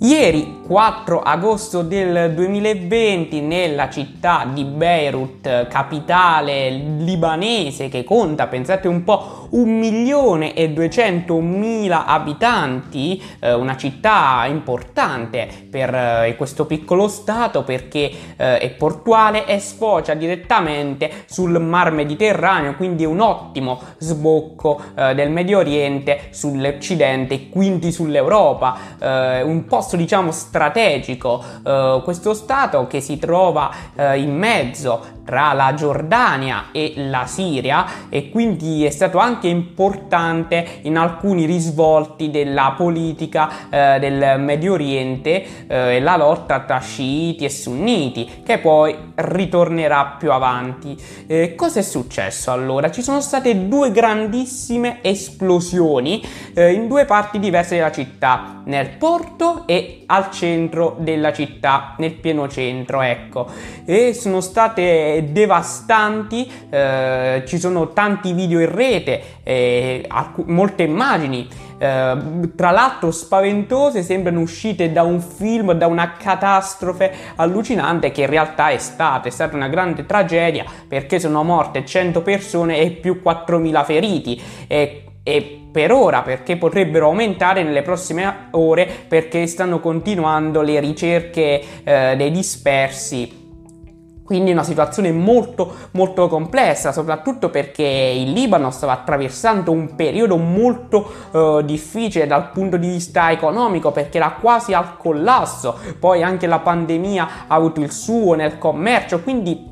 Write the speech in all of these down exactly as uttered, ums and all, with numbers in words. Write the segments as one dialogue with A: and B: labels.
A: Ieri, quattro agosto del duemilaventi, nella città di Beirut, capitale libanese che conta, pensate un po', un milione e duecentomila abitanti, eh, una città importante per eh, questo piccolo stato perché eh, è portuale e sfocia direttamente sul Mar Mediterraneo, quindi è un ottimo sbocco eh, del Medio Oriente sull'Occidente e quindi sull'Europa, eh, un posto diciamo strategico, eh, questo stato che si trova eh, in mezzo tra la Giordania e la Siria e quindi è stato anche importante in alcuni risvolti della politica eh, del Medio Oriente, eh, la lotta tra sciiti e sunniti, che poi ritornerà più avanti. Eh, cosa è successo allora? Ci sono state due grandissime esplosioni eh, in due parti diverse della città, nel porto e al centro della città, nel pieno centro, ecco, e sono state devastanti. Eh, ci sono tanti video in rete, eh, alc- molte immagini, eh, tra l'altro spaventose, sembrano uscite da un film, da una catastrofe allucinante che in realtà è stata, è stata una grande tragedia perché sono morte cento persone e più quattromila feriti, e e per ora, perché potrebbero aumentare nelle prossime ore perché stanno continuando le ricerche eh, dei dispersi. Quindi una situazione molto molto complessa, soprattutto perché il Libano stava attraversando un periodo molto eh, difficile dal punto di vista economico, perché era quasi al collasso, poi anche la pandemia ha avuto il suo nel commercio, quindi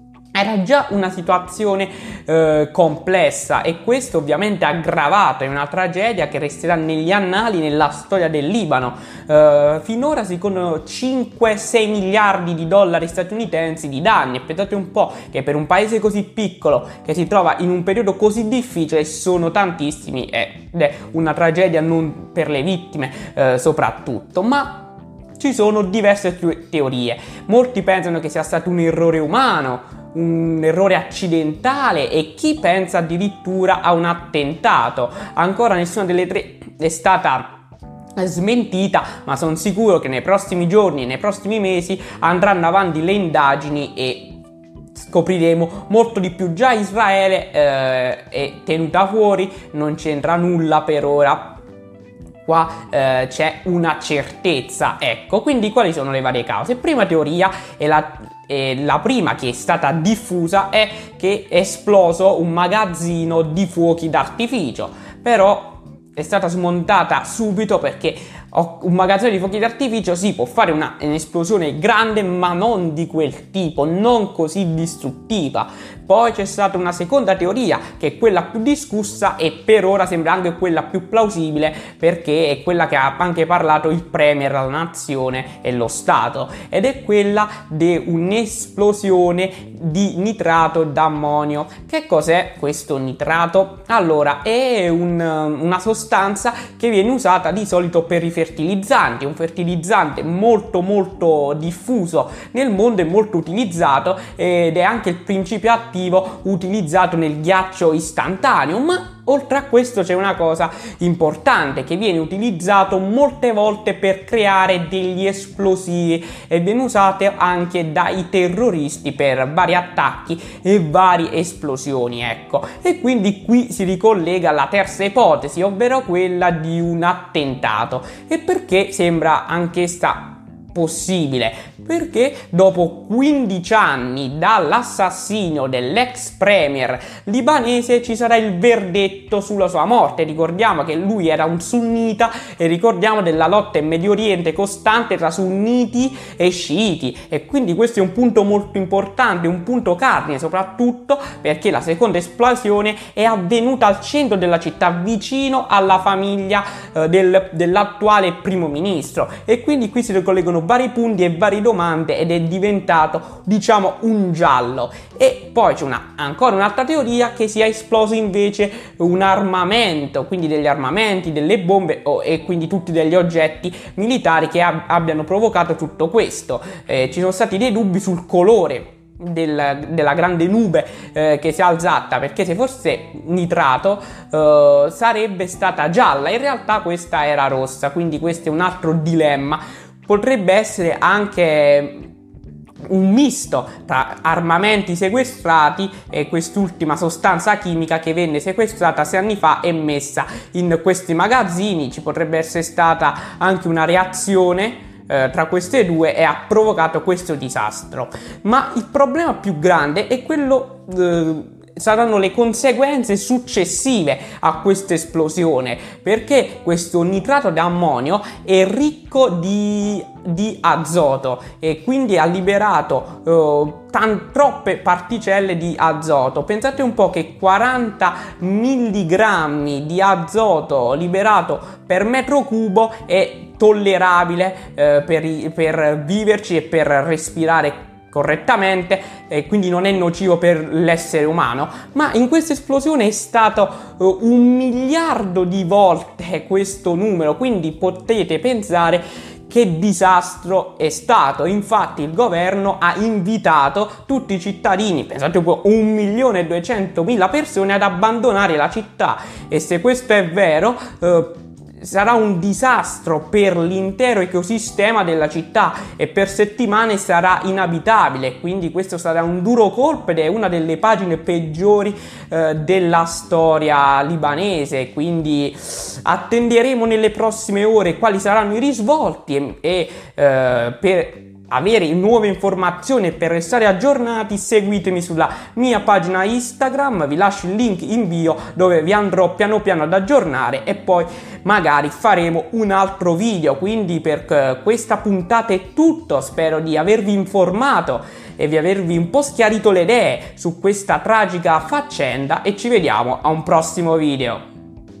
A: era già una situazione eh, complessa, e questo ovviamente aggravato, è una tragedia che resterà negli annali, nella storia del Libano. Eh, finora si contano cinque sei miliardi di dollari statunitensi di danni, e pensate un po' che per un paese così piccolo che si trova in un periodo così difficile sono tantissimi, ed è una tragedia non per le vittime eh, soprattutto, ma ci sono diverse teorie. Molti pensano che sia stato un errore umano, un errore accidentale, e chi pensa addirittura a un attentato. Ancora nessuna delle tre è stata smentita, ma sono sicuro che nei prossimi giorni e nei prossimi mesi andranno avanti le indagini e scopriremo molto di più. Già Israele eh, è tenuta fuori, non c'entra nulla per ora. Qua eh, c'è una certezza, ecco. Quindi quali sono le varie cause? Prima teoria, e la, e la prima che è stata diffusa, è che è esploso un magazzino di fuochi d'artificio, però è stata smontata subito perché un magazzino di fuochi d'artificio si può fare una, un'esplosione grande, ma non di quel tipo, non così distruttiva. Poi c'è stata una seconda teoria, che è quella più discussa e per ora sembra anche quella più plausibile, perché è quella che ha anche parlato il premier, la nazione e lo Stato, ed è quella di un'esplosione di nitrato d'ammonio. Che cos'è questo nitrato? Allora, è un, una sostanza che viene usata di solito per i fertilizzanti, un fertilizzante molto molto diffuso nel mondo e molto utilizzato, ed è anche il principio attivo utilizzato nel ghiaccio istantaneo. Ma oltre a questo c'è una cosa importante, che viene utilizzato molte volte per creare degli esplosivi e viene usato anche dai terroristi per vari attacchi e varie esplosioni, ecco. E quindi qui si ricollega alla terza ipotesi, ovvero quella di un attentato. E perché sembra anch'essa possibile? Perché dopo quindici anni dall'assassinio dell'ex premier libanese ci sarà il verdetto sulla sua morte. Ricordiamo che lui era un sunnita e ricordiamo della lotta in Medio Oriente costante tra sunniti e sciiti, e quindi questo è un punto molto importante, un punto cardine, soprattutto perché la seconda esplosione è avvenuta al centro della città, vicino alla famiglia eh, del, dell'attuale primo ministro, e quindi qui si ricollegano vari punti e varie domande, ed è diventato, diciamo, un giallo. E poi c'è una, ancora un'altra teoria, che sia esploso invece un armamento, quindi degli armamenti, delle bombe oh, e quindi tutti degli oggetti militari che ab- abbiano provocato tutto questo. Eh, ci sono stati dei dubbi sul colore del, della grande nube eh, che si è alzata, perché se fosse nitrato eh, sarebbe stata gialla, in realtà questa era rossa, quindi questo è un altro dilemma. Potrebbe essere anche un misto tra armamenti sequestrati e quest'ultima sostanza chimica che venne sequestrata sei anni fa e messa in questi magazzini. Ci potrebbe essere stata anche una reazione eh, tra queste due e ha provocato questo disastro. Ma il problema più grande è quello eh, saranno le conseguenze successive a questa esplosione, perché questo nitrato d'ammonio è ricco di, di azoto e quindi ha liberato eh, tan, troppe particelle di azoto. Pensate un po' che quaranta milligrammi di azoto liberato per metro cubo è tollerabile eh, per, per viverci e per respirare correttamente, e quindi non è nocivo per l'essere umano. Ma in questa esplosione è stato uh, un miliardo di volte questo numero, quindi potete pensare che disastro è stato. Infatti il governo ha invitato tutti i cittadini, pensate un po', un milione e duecentomila persone ad abbandonare la città, e se questo è vero uh, sarà un disastro per l'intero ecosistema della città e per settimane sarà inabitabile. Quindi questo sarà un duro colpo ed è una delle pagine peggiori eh, della storia libanese. Quindi attenderemo nelle prossime ore quali saranno i risvolti e, e eh, per avere nuove informazioni e per restare aggiornati seguitemi sulla mia pagina Instagram, vi lascio il link in bio dove vi andrò piano piano ad aggiornare e poi magari faremo un altro video. Quindi per questa puntata è tutto, spero di avervi informato e di avervi un po' schiarito le idee su questa tragica faccenda e ci vediamo a un prossimo video.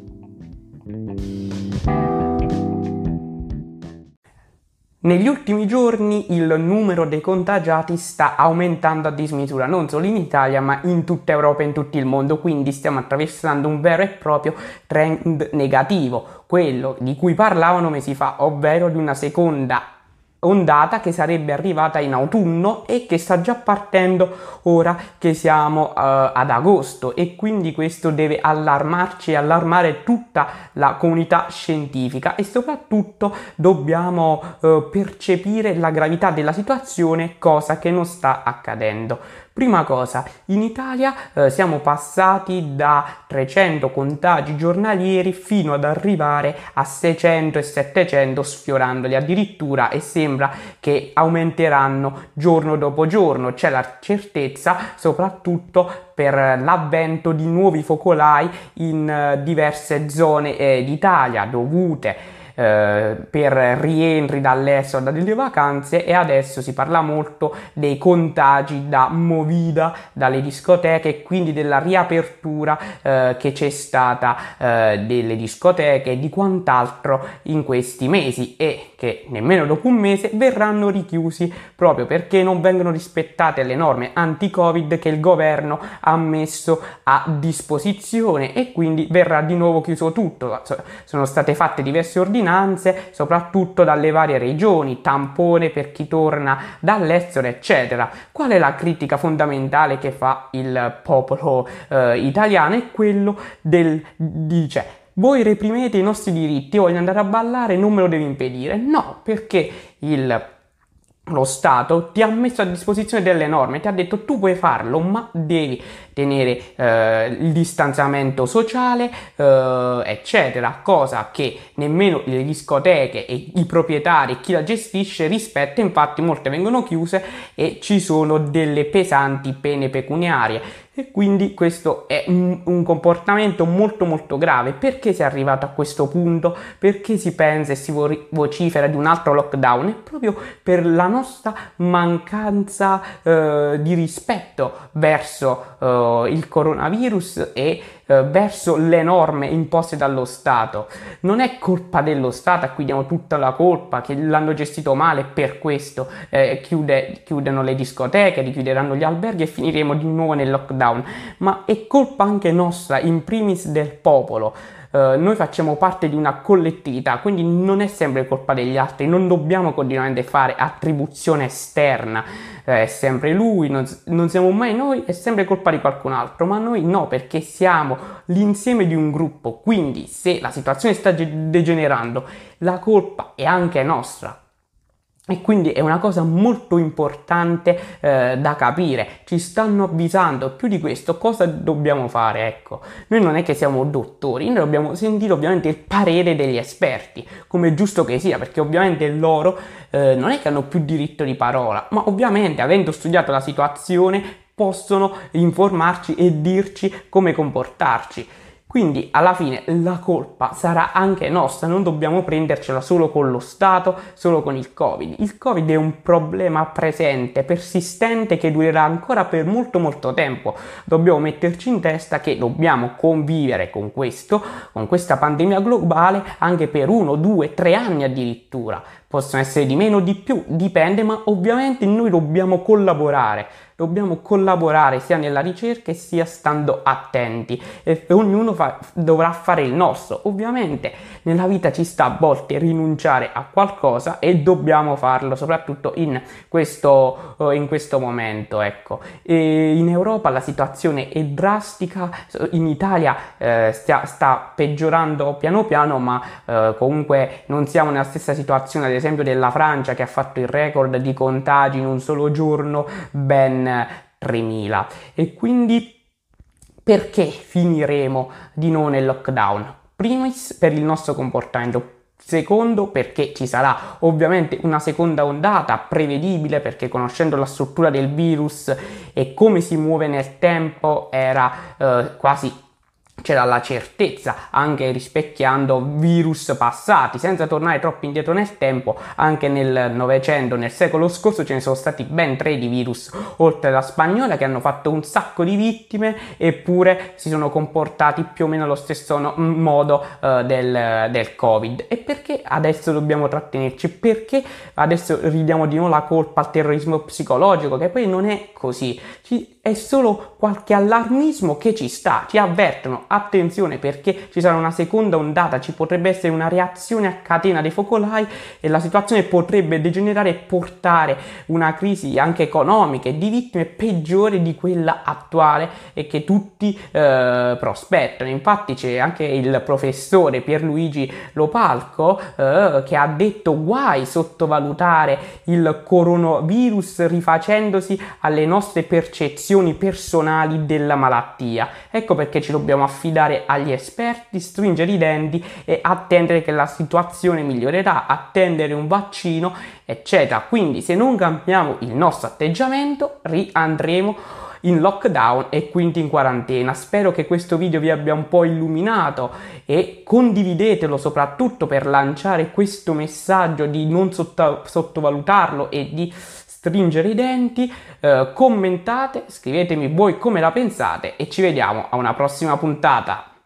A: Negli ultimi giorni il numero dei contagiati sta aumentando a dismisura, non solo in Italia ma in tutta Europa e in tutto il mondo, quindi stiamo attraversando un vero e proprio trend negativo, quello di cui parlavano mesi fa, ovvero di una seconda ondata che sarebbe arrivata in autunno e che sta già partendo ora che siamo uh, ad agosto, e quindi questo deve allarmarci e allarmare tutta la comunità scientifica, e soprattutto dobbiamo uh, percepire la gravità della situazione, cosa che non sta accadendo. Prima cosa, in Italia eh, siamo passati da trecento contagi giornalieri fino ad arrivare a seicento e settecento, sfiorandoli addirittura, e sembra che aumenteranno giorno dopo giorno. C'è la certezza soprattutto per l'avvento di nuovi focolai in eh, diverse zone eh, d'Italia dovute Uh, per rientri dall'estero, dalle vacanze, e adesso si parla molto dei contagi da movida dalle discoteche e quindi della riapertura uh, che c'è stata uh, delle discoteche e di quant'altro in questi mesi, e che nemmeno dopo un mese verranno richiusi proprio perché non vengono rispettate le norme anti-Covid che il governo ha messo a disposizione, e quindi verrà di nuovo chiuso tutto. Sono state fatte diverse ordinanze soprattutto dalle varie regioni, tampone per chi torna dall'estero eccetera. Qual è la critica fondamentale che fa il popolo eh, italiano? È quello del dice: voi reprimete i nostri diritti, voglio andare a ballare, non me lo devi impedire. No, perché il lo Stato ti ha messo a disposizione delle norme, ti ha detto tu puoi farlo, ma devi tenere eh, il distanziamento sociale eh, eccetera, cosa che nemmeno le discoteche e i proprietari e chi la gestisce rispetta. Infatti molte vengono chiuse e ci sono delle pesanti pene pecuniarie, e quindi questo è un, un comportamento molto molto grave. Perché si è arrivato a questo punto? Perché si pensa e si vocifera di un altro lockdown? È proprio per la nostra mancanza eh, di rispetto verso eh, il coronavirus e eh, verso le norme imposte dallo Stato. Non è colpa dello Stato a cui diamo tutta la colpa, che l'hanno gestito male, per questo eh, chiude, chiudono le discoteche, richiuderanno gli alberghi e finiremo di nuovo nel lockdown, ma è colpa anche nostra, in primis del popolo. Uh, eh, noi facciamo parte di una collettività, quindi non è sempre colpa degli altri, non dobbiamo continuamente fare attribuzione esterna, eh, è sempre lui, non, non siamo mai noi, è sempre colpa di qualcun altro, ma noi no, perché siamo l'insieme di un gruppo, quindi se la situazione sta degenerando, la colpa è anche nostra. E quindi è una cosa molto importante eh, da capire, ci stanno avvisando. Più di questo cosa dobbiamo fare? Ecco, noi non è che siamo dottori, noi dobbiamo sentire ovviamente il parere degli esperti, come è giusto che sia, perché ovviamente loro eh, non è che hanno più diritto di parola, ma ovviamente avendo studiato la situazione possono informarci e dirci come comportarci. Quindi alla fine la colpa sarà anche nostra, non dobbiamo prendercela solo con lo Stato, solo con il Covid. Il Covid è un problema presente, persistente, che durerà ancora per molto molto tempo. Dobbiamo metterci in testa che dobbiamo convivere con questo, con questa pandemia globale anche per uno, due, tre anni addirittura. Possono essere di meno o di più, dipende, ma ovviamente noi dobbiamo collaborare. Dobbiamo collaborare sia nella ricerca sia stando attenti e ognuno fa, dovrà fare il nostro. Ovviamente nella vita ci sta a volte rinunciare a qualcosa e dobbiamo farlo, soprattutto in questo, in questo momento. Ecco. E in Europa la situazione è drastica, in Italia eh, sta, sta peggiorando piano piano, ma eh, comunque non siamo nella stessa situazione ad esempio della Francia, che ha fatto il record di contagi in un solo giorno, ben tremila. E quindi perché finiremo di nuovo nel lockdown? Primis, per il nostro comportamento. Secondo, perché ci sarà ovviamente una seconda ondata prevedibile, perché conoscendo la struttura del virus e come si muove nel tempo era eh, quasi c'era la certezza, anche rispecchiando virus passati, senza tornare troppo indietro nel tempo. Anche nel Novecento, nel secolo scorso, ce ne sono stati ben tre di virus, oltre alla spagnola, che hanno fatto un sacco di vittime, eppure si sono comportati più o meno allo stesso no- modo uh, del, del Covid. E perché adesso dobbiamo trattenerci? Perché adesso ridiamo di nuovo la colpa al terrorismo psicologico, che poi non è così. Ci, è solo qualche allarmismo che ci sta, ci avvertono, attenzione perché ci sarà una seconda ondata, ci potrebbe essere una reazione a catena dei focolai e la situazione potrebbe degenerare e portare una crisi anche economica e di vittime peggiore di quella attuale e che tutti eh, prospettano. Infatti c'è anche il professore Pierluigi Lopalco eh, che ha detto: guai sottovalutare il coronavirus rifacendosi alle nostre percezioni personali della malattia. Ecco perché ci dobbiamo affidare agli esperti, stringere i denti e attendere che la situazione migliorerà, attendere un vaccino, eccetera. Quindi se non cambiamo il nostro atteggiamento riandremo in lockdown e quindi in quarantena. Spero che questo video vi abbia un po' illuminato e condividetelo soprattutto per lanciare questo messaggio di non sotto- sottovalutarlo e di stringere i denti. Eh, commentate, scrivetemi voi come la pensate e ci vediamo a una prossima puntata.